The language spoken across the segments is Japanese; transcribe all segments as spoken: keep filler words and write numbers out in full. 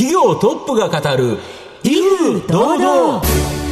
企業トップが語る威風堂々。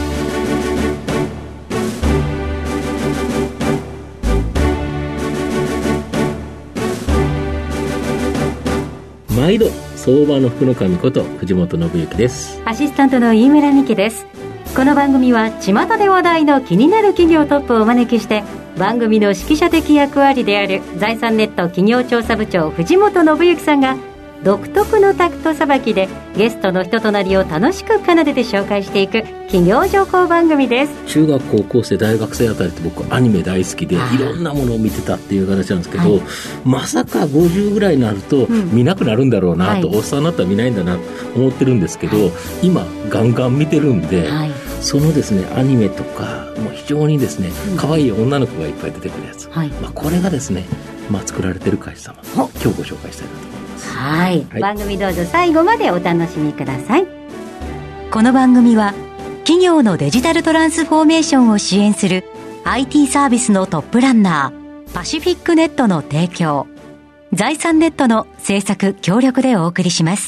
毎度相場の福の神こと藤本信之です。 アシスタントの飯村美希です。この番組は巷で話題の気になる企業トップをお招きして、番組の指揮者的役割である財産ネット企業調査部長藤本信之さんが独特のタクトさばきでゲストの人となりを楽しく奏でて紹介していく企業情報番組です。 中学高校生大学生あたりって僕アニメ大好きでいろんなものを見てたっていう形なんですけど、はい、まさかごじゅうぐらいになると見なくなるんだろうなと、うん、おっさんになったら見ないんだなと思ってるんですけど、はい、今ガンガン見てるんで、はい、そのですねアニメとかもう非常にですね可愛い女の子がいっぱい出てくるやつ、はい、まあ、これがですね、まあ、作られてる会社様今日ご紹介したいなと思います。 はい、はい、番組どうぞ最後までお楽しみください。この番組は企業のデジタルトランスフォーメーションを支援する アイティー サービスのトップランナーパシフィックネットの提供、財産ネットの制作協力でお送りします。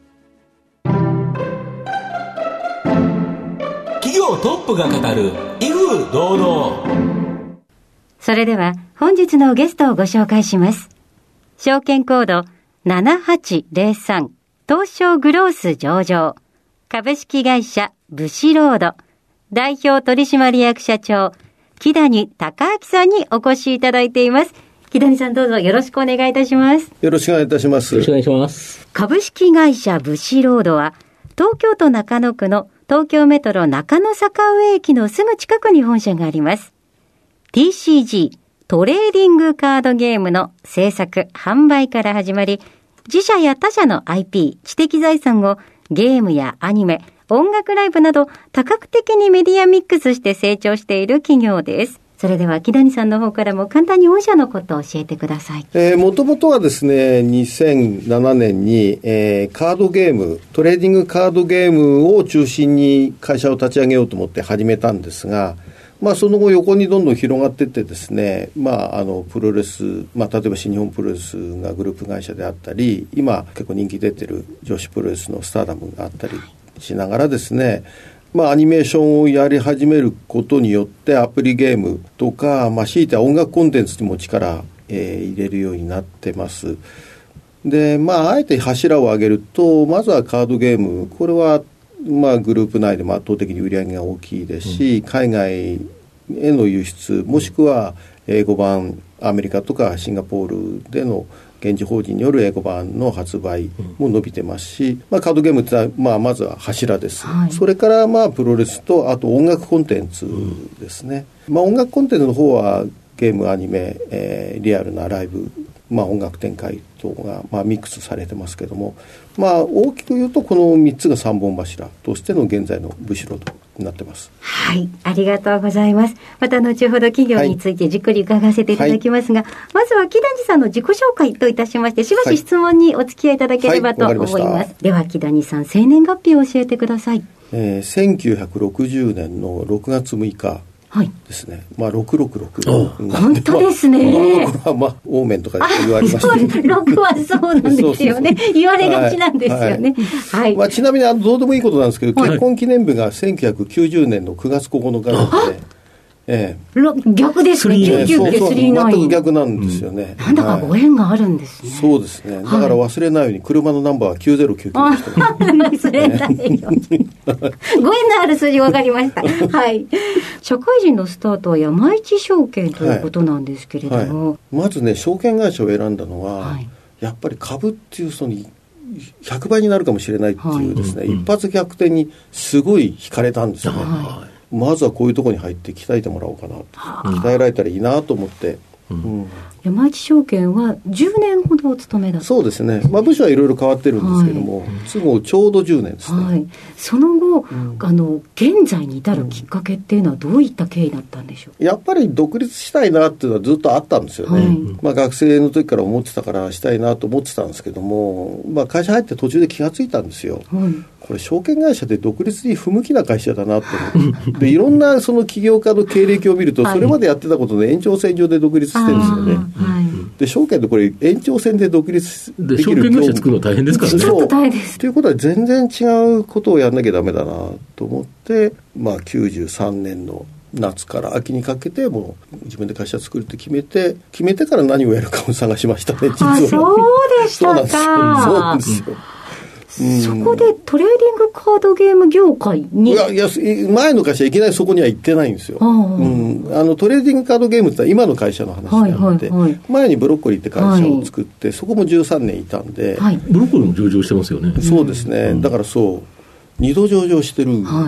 企業トップが語る威風堂々。 それでは本日のゲストをご紹介します。証券コードななはちゼロさん東証グロース上場株式会社ブシロード代表取締役社長木谷隆明さんにお越しいただいています。木谷さん、どうぞよろしくお願いいたします。 よろしくお願いいたします。 よろしくお願いします。 株式会社ブシロードは東京都中野区の東京メトロ中野坂上駅のすぐ近くに本社があります。 ティーシージー トレーディングカードゲームの制作販売から始まり、自社や他社の アイピー 知的財産をゲームやアニメ、音楽ライブなど多角的にメディアミックスして成長している企業です。それでは木谷さんの方からも簡単に御社のことを教えてください。 えー、もともとはですねにせんななねんに、えー、カードゲームトレーディングカードゲームを中心に会社を立ち上げようと思って始めたんですが、まあ、その後横にどんどん広がっていってですね、まあ、あのプロレス、まあ、例えば新日本プロレスがグループ会社であったり、今結構人気出てる女子プロレスのスターダムがあったりしながらですね、まあ、アニメーションをやり始めることによってアプリゲームとか、まあ、強いては音楽コンテンツにも力、えー、入れるようになってます。で、まあ、あえて柱を上げると、まずはカードゲーム、これはまあ、グループ内でも圧倒的に売り上げが大きいですし、うん、海外への輸出もしくは英語版アメリカとかシンガポールでの現地法人による英語版の発売も伸びてますし、まあ、カードゲームってのは、まあ、まずは柱です、はい、それからまあプロレスとあと音楽コンテンツですね、うん、まあ、音楽コンテンツの方はゲームアニメ、えー、リアルなライブ、まあ、音楽展開等が、まあ、ミックスされてますけども、まあ、大きく言うとこのみっつがさんぼん柱としての現在のブシロードになってます。 はい、ありがとうございます。また後ほど企業についてじっくり伺わせていただきますが、はい、まずは木谷さんの自己紹介といたしましてしばし質問にお付き合いいただければと思います、はいはい、では木谷さん、生年月日を教えてください。 えー、せんきゅうひゃくろくじゅうねんのろくがつむいかですね、はい、まあ、ろくろくろく、 本当ですね、 まあ、これはまあオーメンとか言われましたね。 ろくはそうなんですよね。そうそうそう、言われがちなんですよね。はいはい、 まあ、ちなみにあのどうでもいいことなんですけど、はい、結婚記念日がせんきゅうひゃくきゅうじゅうねんのくがつここのかなので、ええ、 逆ですね。きゅうじゅうきゅう、さんじゅうきゅう、 全く逆なんですよね、 うん、なんだかご縁があるんですね、 はい、そうですね。だから忘れないように車のナンバーはきゅうぜろきゅうきゅうでした、ね、 忘れないようにご縁のある数字分かりましたはい。社会人のスタートは山一証券ということなんですけれども、はいはい、 まずね証券会社を選んだのは、はい、やっぱり株っていうそのひゃくばいになるかもしれないっていうですね、はい、一発逆転にすごい惹かれたんですよね、はい、まずはこういうところに入って鍛えてもらおうかな、鍛えられたらいいなと思って、うんうん、 山一証券はじゅうねんほどお勤めだった。 そうですね、まあ、部署はいろいろ変わってるんですけども、はい、都合ちょうどじゅうねんですね、 はい、その後、うん、あの現在に至るきっかけっていうのはどういった経緯だったんでしょう。 やっぱり独立したいなっていうのはずっとあったんですよね、はい、まあ、学生の時から思ってたからしたいなと思ってたんですけども、まあ、会社入って途中で気がついたんですよ、はい、これ証券会社で独立に不向きな会社だなと思ってでいろんなその起業家の経歴を見るとそれまでやってたことの延長線上で独立してるんですよね、はい、 で証券ってこれ延長線で独立できる証券会社作るの大変ですからね。 ちょっと大変です。 ということは全然違うことをやんなきゃダメだなと思って、まあ、きゅうじゅうさんねんの夏から秋にかけてもう自分で会社作るって決めて決めてから何をやるかを探しましたね。実はあ、そうでしたか。 そうなんですよ。うん、 そこでトレーディングカードゲーム業界にいやいや前の会社いきなりそこには行ってないんですよ。あ、うん、あのトレーディングカードゲームって今の会社の話であって、はいはいはい、前にブロッコリーって会社を作って、はい、そこもじゅうさんねんいたんで、 はい、ブロッコリーも上場してますよね。 そうですね、うん、だからそうにど上場してる、 はい、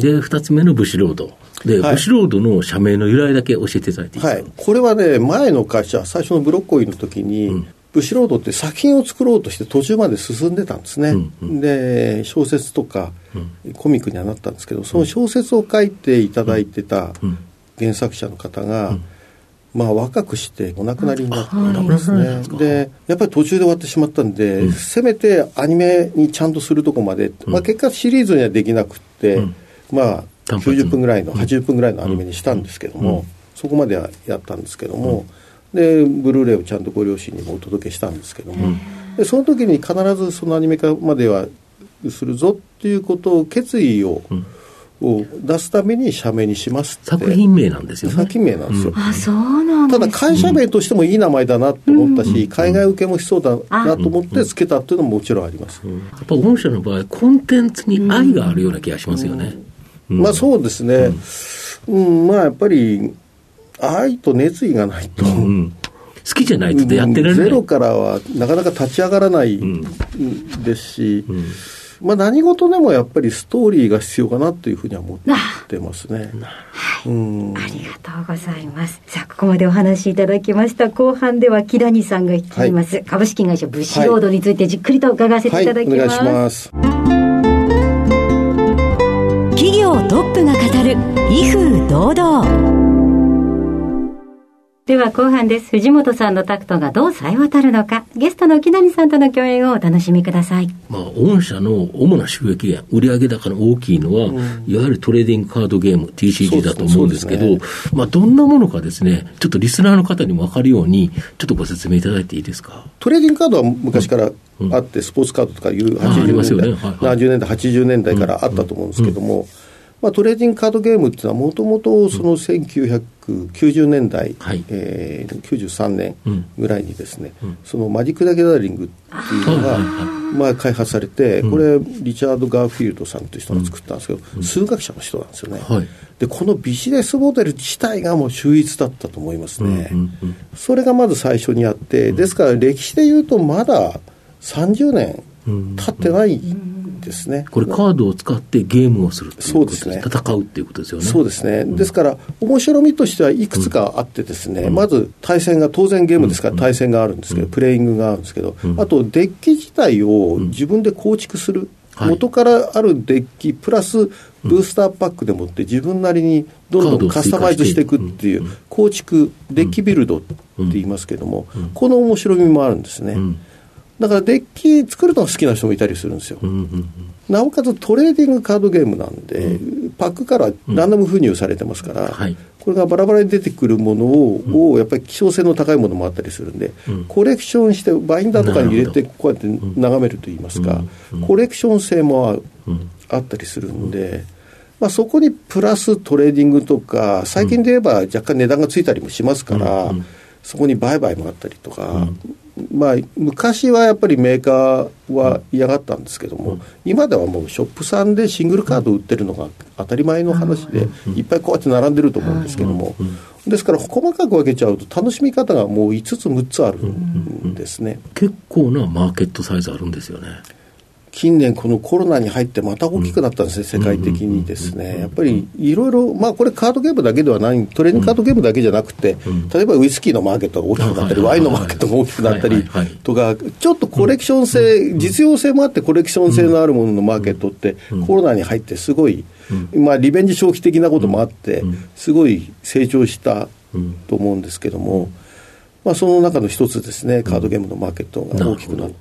でふたつめのブシロードで、はい、ブシロードの社名の由来だけ教えていただいていいですか。 はい、これはね前の会社最初のブロッコリーの時に、うん、ブシロードって作品を作ろうとして途中まで進んでたんですね、うんうん、で小説とか、うん、コミックにはなったんですけど、その小説を書いていただいてた原作者の方が、うん、まあ、若くしてお亡くなりになったんですね、はい、でやっぱり途中で終わってしまったんで、うん、せめてアニメにちゃんとするとこまで、うん、まあ、結果シリーズにはできなくって、うん、まあきゅうじゅっぷんぐらいの、うん、はちじゅっぷんぐらいのアニメにしたんですけども、うんうん、そこまではやったんですけども、うん、でブルーレイをちゃんとご両親にもお届けしたんですけども、うん、でその時に必ずそのアニメ化まではするぞっていうことを決意を、うんを出すために社名にしますって。 作品名なんですよね。 作品名なんですよ、 うん、あ、そうなんですね。 ただ会社名としてもいい名前だなと思ったし、うん、海外受けもしそうだなと思ってつけたっていうのももちろんあります、うんうん、やっぱ御社の場合コンテンツに愛があるような気がしますよね、 うんうん、まあそうですね、うんうん、まあやっぱり愛と熱意がないと、うんうん、 好きじゃないとやってられない、 ゼロからはなかなか立ち上がらないですし、うんうん、まあ、何事でもやっぱりストーリーが必要かなというふうには思ってますね。 はい、うん、ありがとうございます。さあここまでお話しいただきました。後半では木谷さんが率います、はい、株式会社ブシロードについてじっくりと伺わせていただきます。はいはい、お願いします。 企業トップが語る威風堂々。では後半です。藤本さんのタクトがどう冴え渡るのか、ゲストの木谷さんとの共演をお楽しみください。 まあ、御社の主な収益源、売上高の大きいのは、うん、いわゆるトレーディングカードゲーム ティーシージー だと思うんですけど、ね、まあ、どんなものかですね、ちょっとリスナーの方にも分かるようにちょっとご説明いただいていいですか。 トレーディングカードは昔からあって、うんうん、スポーツカードとかいうはちじゅうねんだい、ね、はいはい、ななじゅうねんだいはちじゅうねんだいからあったと思うんですけども、うんうんうん、まあ、トレーディングカードゲームっていうのはもともとそのせんきゅうひゃくきゅうじゅうねんだい、はい、えー、きゅうじゅうさんねんぐらいにですね、うん、そのマジック・ザ・ギャザリングっていうのが、まあ、開発されて、これリチャード・ガーフィールドさんという人が作ったんですけど、うん、数学者の人なんですよね、はい、でこのビジネスモデル自体がもう秀逸だったと思いますね、うんうんうん、それがまず最初にあって、ですから歴史でいうとまださんじゅうねん経ってないですね。 これカードを使ってゲームをするっていうことですね。戦うっていうことですよね。 そうですね、うん、ですから面白みとしてはいくつかあってですね、うん、まず対戦が当然ゲームですから対戦があるんですけど、うん、プレイングがあるんですけど、うん、あとデッキ自体を自分で構築する、うん、元からあるデッキプラスブースターパックでもって自分なりにどんどんカスタマイズしていくっていう構築デッキビルドって言いますけども、この面白みもあるんですね。だからデッキ作るのが好きな人もいたりするんですよ、うんうんうん、なおかつトレーディングカードゲームなんで、うん、パックからランダム封入されてますから、うん、はい、これがバラバラに出てくるものを、うん、をやっぱり希少性の高いものもあったりするんで、うん、コレクションしてバインダーとかに入れてこうやって眺めるといいますか、うんうん、コレクション性も あ,、うん、あったりするんで、まあ、そこにプラストレーディングとか最近で言えば若干値段がついたりもしますから、うんうん、そこに売買もあったりとか、うん、まあ、昔はやっぱりメーカーは嫌がったんですけども、うん、今ではもうショップさんでシングルカード売ってるのが当たり前の話で、うん、いっぱいこうやって並んでると思うんですけども、うん、ですから細かく分けちゃうと楽しみ方がもういつつむっつあるんですね、うんうんうん、 結構なマーケットサイズあるんですよね。 近年このコロナに入ってまた大きくなったんですね、うん、世界的にですね。やっぱりいろいろ、まあこれカードゲームだけではない、トレーニングカードゲームだけじゃなくて、うん、例えばウイスキーのマーケットが大きくなったり、ワインのマーケットが大きくなったりとか、ちょっとコレクション性、うん、実用性もあってコレクション性のあるもののマーケットって、うん、コロナに入ってすごい、うん、まあリベンジ消費的なこともあってすごい成長したと思うんですけども、まあその中の一つですね、カードゲームのマーケットが大きくなった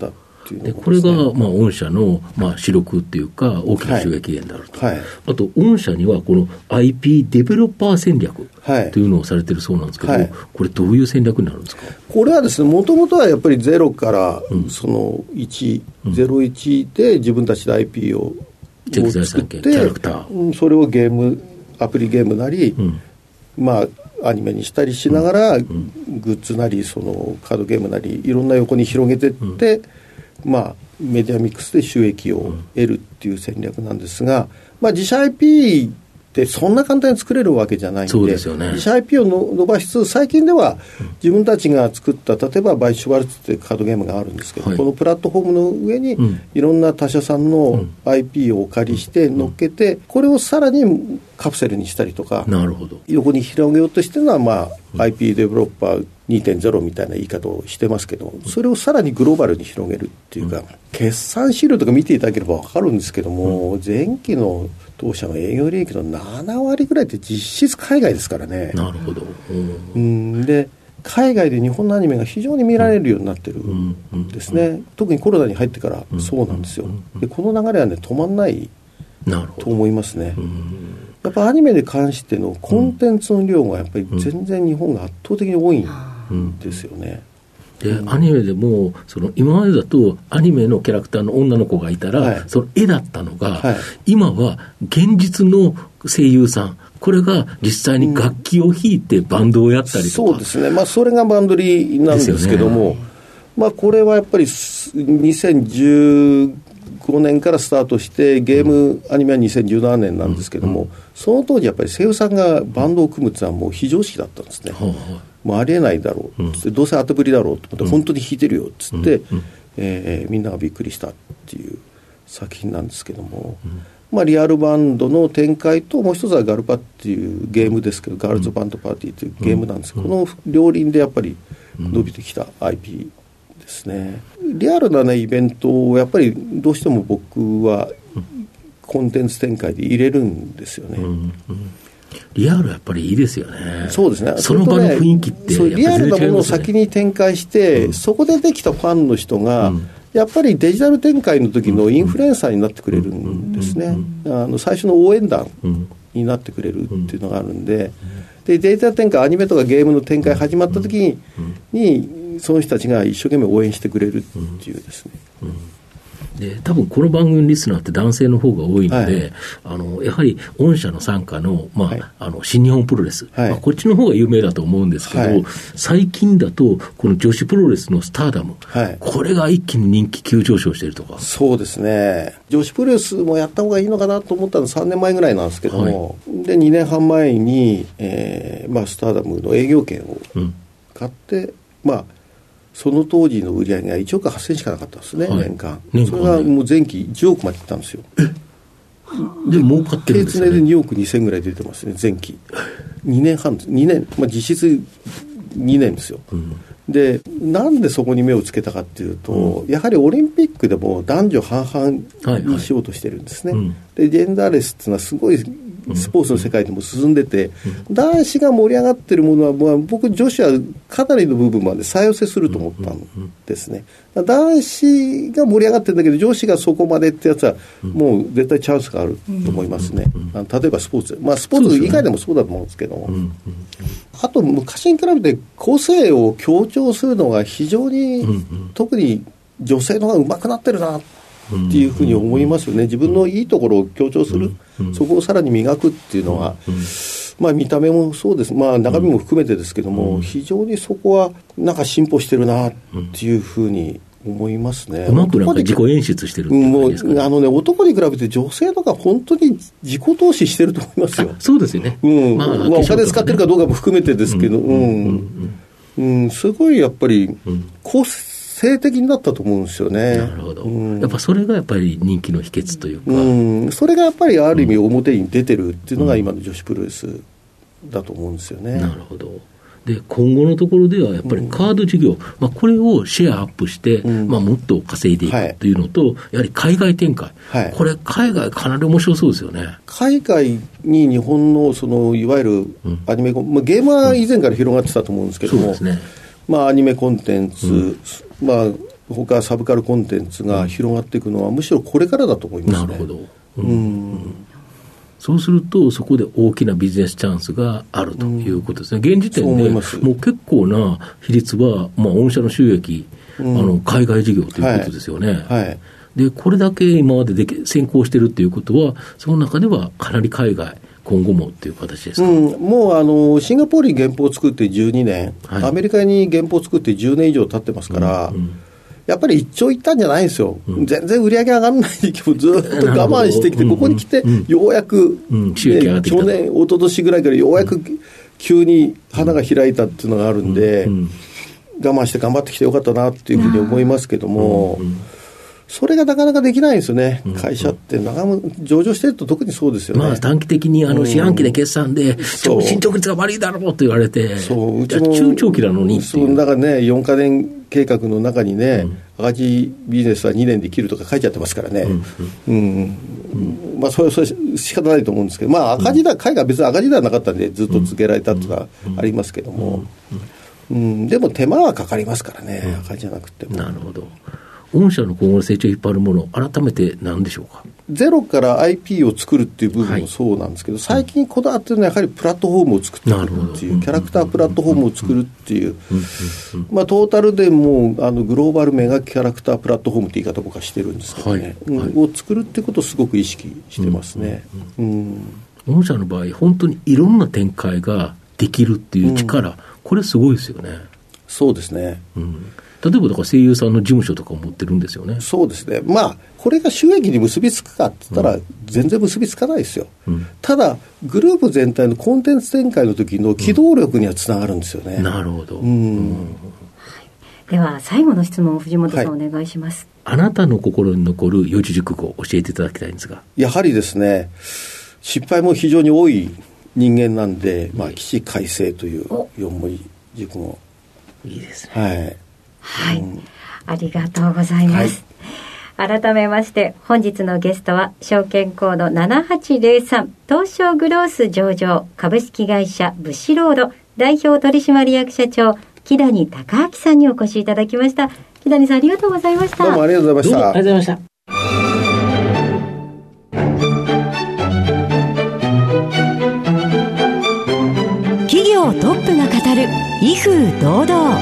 っていうの、 でこれが、まあ、御社の、まあ、主力っていうか大きな収益源であると、 はいはい、 あと御社にはこの アイピー デベロッパー戦略というのをされてるそうなんですけど、はい、これどういう戦略になるんですか？ これはですね、もともとはやっぱりゼロからそのいち、うん、ゼロいちで自分たちで アイピー をチェック財産権、キャラクター、 それをゲームアプリゲームなり、うん、まあアニメにしたりしながら、うん、グッズなりそのカードゲームなりいろんな横に広げていって、うん、まあメディアミックスで収益を得るっていう戦略なんですが、まあ、自社 アイピーってそんな簡単に作れるわけじゃないんで、 そうですよね、 自社 アイピー をの伸ばしつつ最近では自分たちが作った例えばバイシュバルツっていうカードゲームがあるんですけど、はい、このプラットフォームの上にいろんな他社さんの アイピー をお借りして乗っけてこれをさらにカプセルにしたりとか、 なるほど、 横に広げようとしてるのは、まあ、アイピー デベロッパー にてんゼロ みたいな言い方をしてますけど、それをさらにグローバルに広げるっていうか、決算資料とか見ていただければ分かるんですけども、前期の当社の営業利益のななわりぐらいって実質海外ですからね。 なるほど。 うん、で海外で日本のアニメが非常に見られるようになってるんですね、うんうんうん、特にコロナに入ってからそうなんですよ、うんうん、でこの流れはね止まんないと思いますね。うん、やっぱアニメに関してのコンテンツの量がやっぱり全然日本が圧倒的に多いんですよね。 でアニメでもその今までだとアニメのキャラクターの女の子がいたら、はい、その絵だったのが、はい、今は現実の声優さん、これが実際に楽器を弾いてバンドをやったりとか、 うん、そうですね、まあ、それがバンドリなんですけども、ね、まあ、これはやっぱりにせんじゅうごねんからスタートしてゲームアニメはにせんじゅうななねんなんですけども、うん、その当時やっぱり声優さんがバンドを組むっていうのはもう非常識だったんですね、うん、もうありえないだろうっつって、うん、どうせ後振りだろうと思って、本当に弾いてるよっつって、うん、えー、みんながびっくりしたっていう作品なんですけども、うん、まあ、リアルバンドの展開ともう一つはガルパっていうゲームですけど、ガールズバンドパーティーというゲームなんですけど、この両輪でやっぱり伸びてきた アイピーですね。リアルな、ね、イベントをやっぱりどうしても僕はコンテンツ展開で入れるんですよね、うんうん、 リアルやっぱりいいですよね。 そうですね、 その場の雰囲気ってやっぱり全然違いますね。 リアルなものを先に展開して、うん、そこでできたファンの人が、うん、やっぱりデジタル展開の時のインフルエンサーになってくれるんですね、うん、あの最初の応援団になってくれるっていうのがあるんで、でデジタル展開アニメとかゲームの展開始まった時に、にその人たちが一生懸命応援してくれるっていうですね、 うんうん、で多分この番組リスナーって男性の方が多いので、はい、あのやはり御社の傘下の、まあはい、あの新日本プロレス、はい、まあ、こっちの方が有名だと思うんですけど、はい、最近だとこの女子プロレスのスターダム、はい、これが一気に人気急上昇しているとか。 そうですね、女子プロレスもやった方がいいのかなと思ったのさんねんまえぐらいなんですけども、はい、でにねんはん前に、えーまあ、スターダムの営業権を買って、うん、まあその当時の売り上げがいちおくはっせんしかなかったんですね、はい、年間。それがもう前期じゅうおくまでいったんですよ。 えで儲かってるんですよね。 経常でにおくにせんぐらい出てますね、前期。にねんはんです、にねん、まあ、実質にねんですよ、うん、でなんでそこに目をつけたかっていうと、うん、やはりオリンピックでも男女半々にしようとしてるんですね、はいはい、でジェンダーレスっていうのはすごいスポーツの世界でも進んでて、うん、男子が盛り上がってるものは、まあ、僕女子はかなりの部分まで再寄せすると思ったんですね。男子が盛り上がってるんだけど女子がそこまでってやつはもう絶対チャンスがあると思いますね、うん、あの例えばスポーツ、まあ、スポーツ以外でもそうだと思うんですけども、うん、あと昔に比べて個性を強調するのが非常に、うん、特に女性の方が上手くなってるなっていうふうに思いますよね。自分のいいところを強調する、うん、そこをさらに磨くっていうのは、うん、まあ、見た目もそうです、まあ、中身も含めてですけども、うん、非常にそこはなんか進歩してるなっていうふうに思いますね。 うまくなんか自己演出してるっていう感じですかね。 もうあのね、男に比べて女性とか本当に自己投資してると思いますよ。 そうですよね、 うん、まあまあ、お金使ってるかどうかも含めてですけど、うんうんうんうん、すごいやっぱりコス性的になったと思うんですよね。 なるほど、うん、やっぱそれがやっぱり人気の秘訣というか、 うん、それがやっぱりある意味表に出てるっていうのが今の女子プロレスだと思うんですよね、 うん、なるほど。で今後のところではやっぱりカード事業、うん、まあ、これをシェアアップして、うん、まあ、もっと稼いでいくというのと、はい、やはり海外展開、はい、これ海外かなり面白そうですよね。海外に日本のそのいわゆるアニメ、うん、まあ、ゲームは以前から広がってたと思うんですけども、うん、そうですね、まあ、アニメコンテンツ、うん、まあ、 他サブカルコンテンツが広がっていくのはむしろこれからだと思いますね。 なるほど、うんうん、そうするとそこで大きなビジネスチャンスがあるということですね、うん、現時点でもう結構な比率は、まあ、御社の収益、うん、あの海外事業ということですよね、はいはい、でこれだけ今までで先行しているということはその中ではかなり海外今後もっていう形ですか。うん、 もうあのシンガポールに原稿を作ってじゅうにねん、はい、アメリカに原稿を作ってじゅうねん以上経ってますから、うんうん、やっぱり一長一短じゃないんですよ、うん、全然売り上げ上がらない時期もずっと我慢してきて、ここに来てようやく、うんうんね、去年一昨年ぐらいからようやく急に花が開いたっていうのがあるんで、うんうん、我慢して頑張ってきてよかったなっていうふうに思いますけども、うんうん、それがなかなかできないんですよね、うん、会社ってなかなか上場してると特にそうですよね、 まあ、短期的にあの四半期で決算で、うん、進捗率が悪いだろうと言われて、 そううちも中長期なのにっていう、 だからねよんかねん計画の中にね、うん、赤字ビジネスはにねんで切るとか書いちゃってますからね、うんうんうん、まあそれはそれ仕方ないと思うんですけど、まあ赤字だ、海外は別に赤字ではなかったんでずっと続けられたっていうのはありますけども、うんうんうん、でも手間はかかりますからね、うん、赤字じゃなくても。 なるほど。御社の今後の成長を引っ張るもの、改めて何でしょうか。 ゼロから アイピー を作るっていう部分もそうなんですけど、はい、最近こだわってるのはやはりプラットフォームを作っていくっていう、キャラクタープラットフォームを作るっていう、まあ、トータルでもうあのグローバルメガキャラクタープラットフォームって言い方僕はしてるんですけどね、はいはい、を作るっていうことをすごく意識してますね。うんうんうん、御社の場合本当にいろんな展開ができるっていう力、うん、これすごいですよね。 そうですね、 うん、例えばだから声優さんの事務所とかを持ってるんですよね。 そうですね。まあこれが収益に結びつくかって言ったら全然結びつかないですよ、うん、ただグループ全体のコンテンツ展開の時の機動力にはつながるんですよね、 うん、なるほど、 うんうん、では最後の質問を藤本さん、はい、お願いします。 あなたの心に残る四字熟語を教えていただきたいんですが。 やはりですね、失敗も非常に多い人間なんで、まあ、起死回生という四文字熟語。 いいですね。 はい、 はい、うん、ありがとうございます、はい、改めまして本日のゲストは証券コードななはちゼロさん東証グロース上場株式会社ブシロード代表取締役社長木谷隆明さんにお越しいただきました。木谷さんありがとうございました。 どうもありがとうございました。 ありがとうございました。 企業トップが語る威風堂々。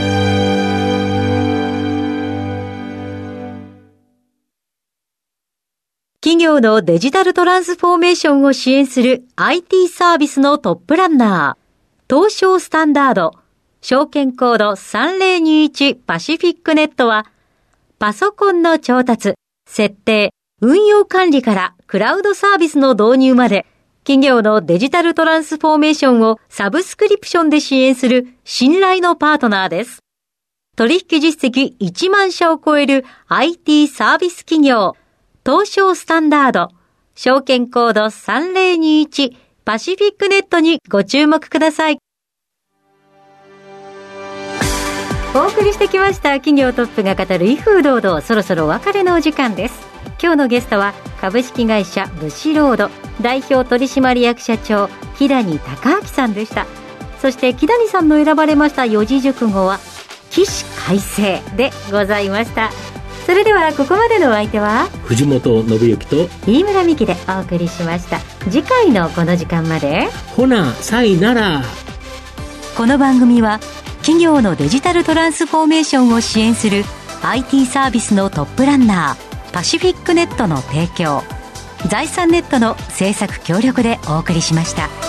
企業のデジタルトランスフォーメーションを支援する アイティー サービスのトップランナー、東証スタンダード、証券コードさんぜろにいちパシフィックネットは、パソコンの調達、設定、運用管理からクラウドサービスの導入まで、企業のデジタルトランスフォーメーションをサブスクリプションで支援する信頼のパートナーです。取引実績いちまんしゃを超える アイティー サービス企業、東証スタンダード、証券コードさんぜろにいちパシフィックネットにご注目ください。お送りしてきました企業トップが語る威風堂々、そろそろお別れのお時間です。今日のゲストは株式会社ブシロード代表取締役社長木谷隆明さんでした。そして木谷さんの選ばれました四字熟語は起死回生でございました。それではここまでのお相手は藤本信之と飯村美希でお送りしました。次回のこの時間までほなさいなら。 この番組は企業のデジタルトランスフォーメーションを支援する アイティー サービスのトップランナーパシフィックネットの提供、財産ネットの制作協力でお送りしました。